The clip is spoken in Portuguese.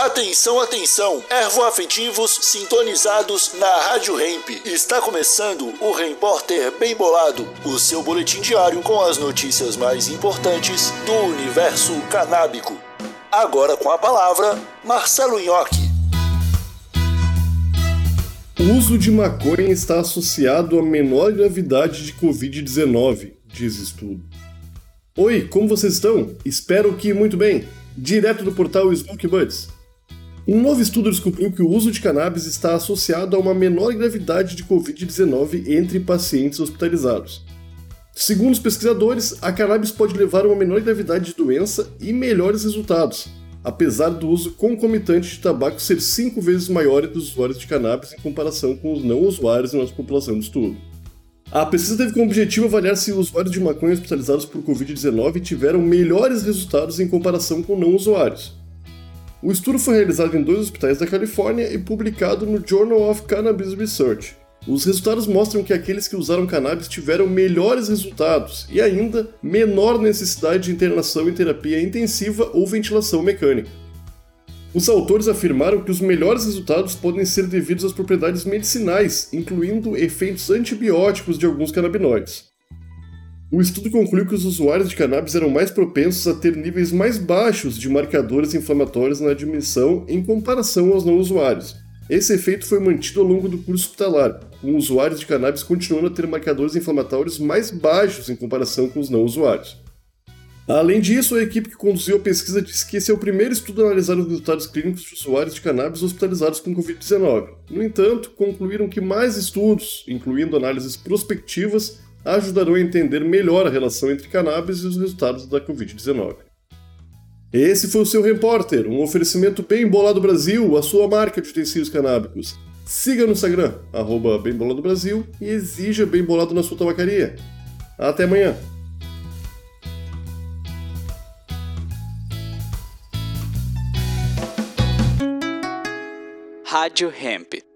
Atenção, atenção, ervoafetivos sintonizados na Rádio Hemp. Está começando o Repórter Bem Bolado, o seu boletim diário com as notícias mais importantes do universo canábico. Agora com a palavra, Marcelo Nhoque. O uso de maconha está associado a menor gravidade de Covid-19, diz estudo. Oi, como vocês estão? Espero que muito bem. Direto do portal Smoke Buds. Um novo estudo descobriu que o uso de cannabis está associado a uma menor gravidade de Covid-19 entre pacientes hospitalizados. Segundo os pesquisadores, a cannabis pode levar a uma menor gravidade de doença e melhores resultados, apesar do uso concomitante de tabaco ser 5 vezes maior dos usuários de cannabis em comparação com os não usuários na nossa população de estudo. A pesquisa teve como objetivo avaliar se os usuários de maconha hospitalizados por Covid-19 tiveram melhores resultados em comparação com não usuários. O estudo foi realizado em 2 hospitais da Califórnia e publicado no Journal of Cannabis Research. Os resultados mostram que aqueles que usaram cannabis tiveram melhores resultados e ainda menor necessidade de internação em terapia intensiva ou ventilação mecânica. Os autores afirmaram que os melhores resultados podem ser devidos às propriedades medicinais, incluindo efeitos antibióticos de alguns canabinoides. O estudo concluiu que os usuários de cannabis eram mais propensos a ter níveis mais baixos de marcadores inflamatórios na admissão em comparação aos não usuários. Esse efeito foi mantido ao longo do curso hospitalar, com usuários de cannabis continuando a ter marcadores inflamatórios mais baixos em comparação com os não usuários. Além disso, a equipe que conduziu a pesquisa disse que esse é o primeiro estudo a analisar os resultados clínicos de usuários de cannabis hospitalizados com Covid-19. No entanto, concluíram que mais estudos, incluindo análises prospectivas, ajudarão a entender melhor a relação entre cannabis e os resultados da Covid-19. Esse foi o seu Repórter, um oferecimento Bem Bolado Brasil, a sua marca de utensílios canábicos. Siga no Instagram, @BemBoladoBrasil, e exija Bem Bolado na sua tabacaria. Até amanhã! Rádio Hemp.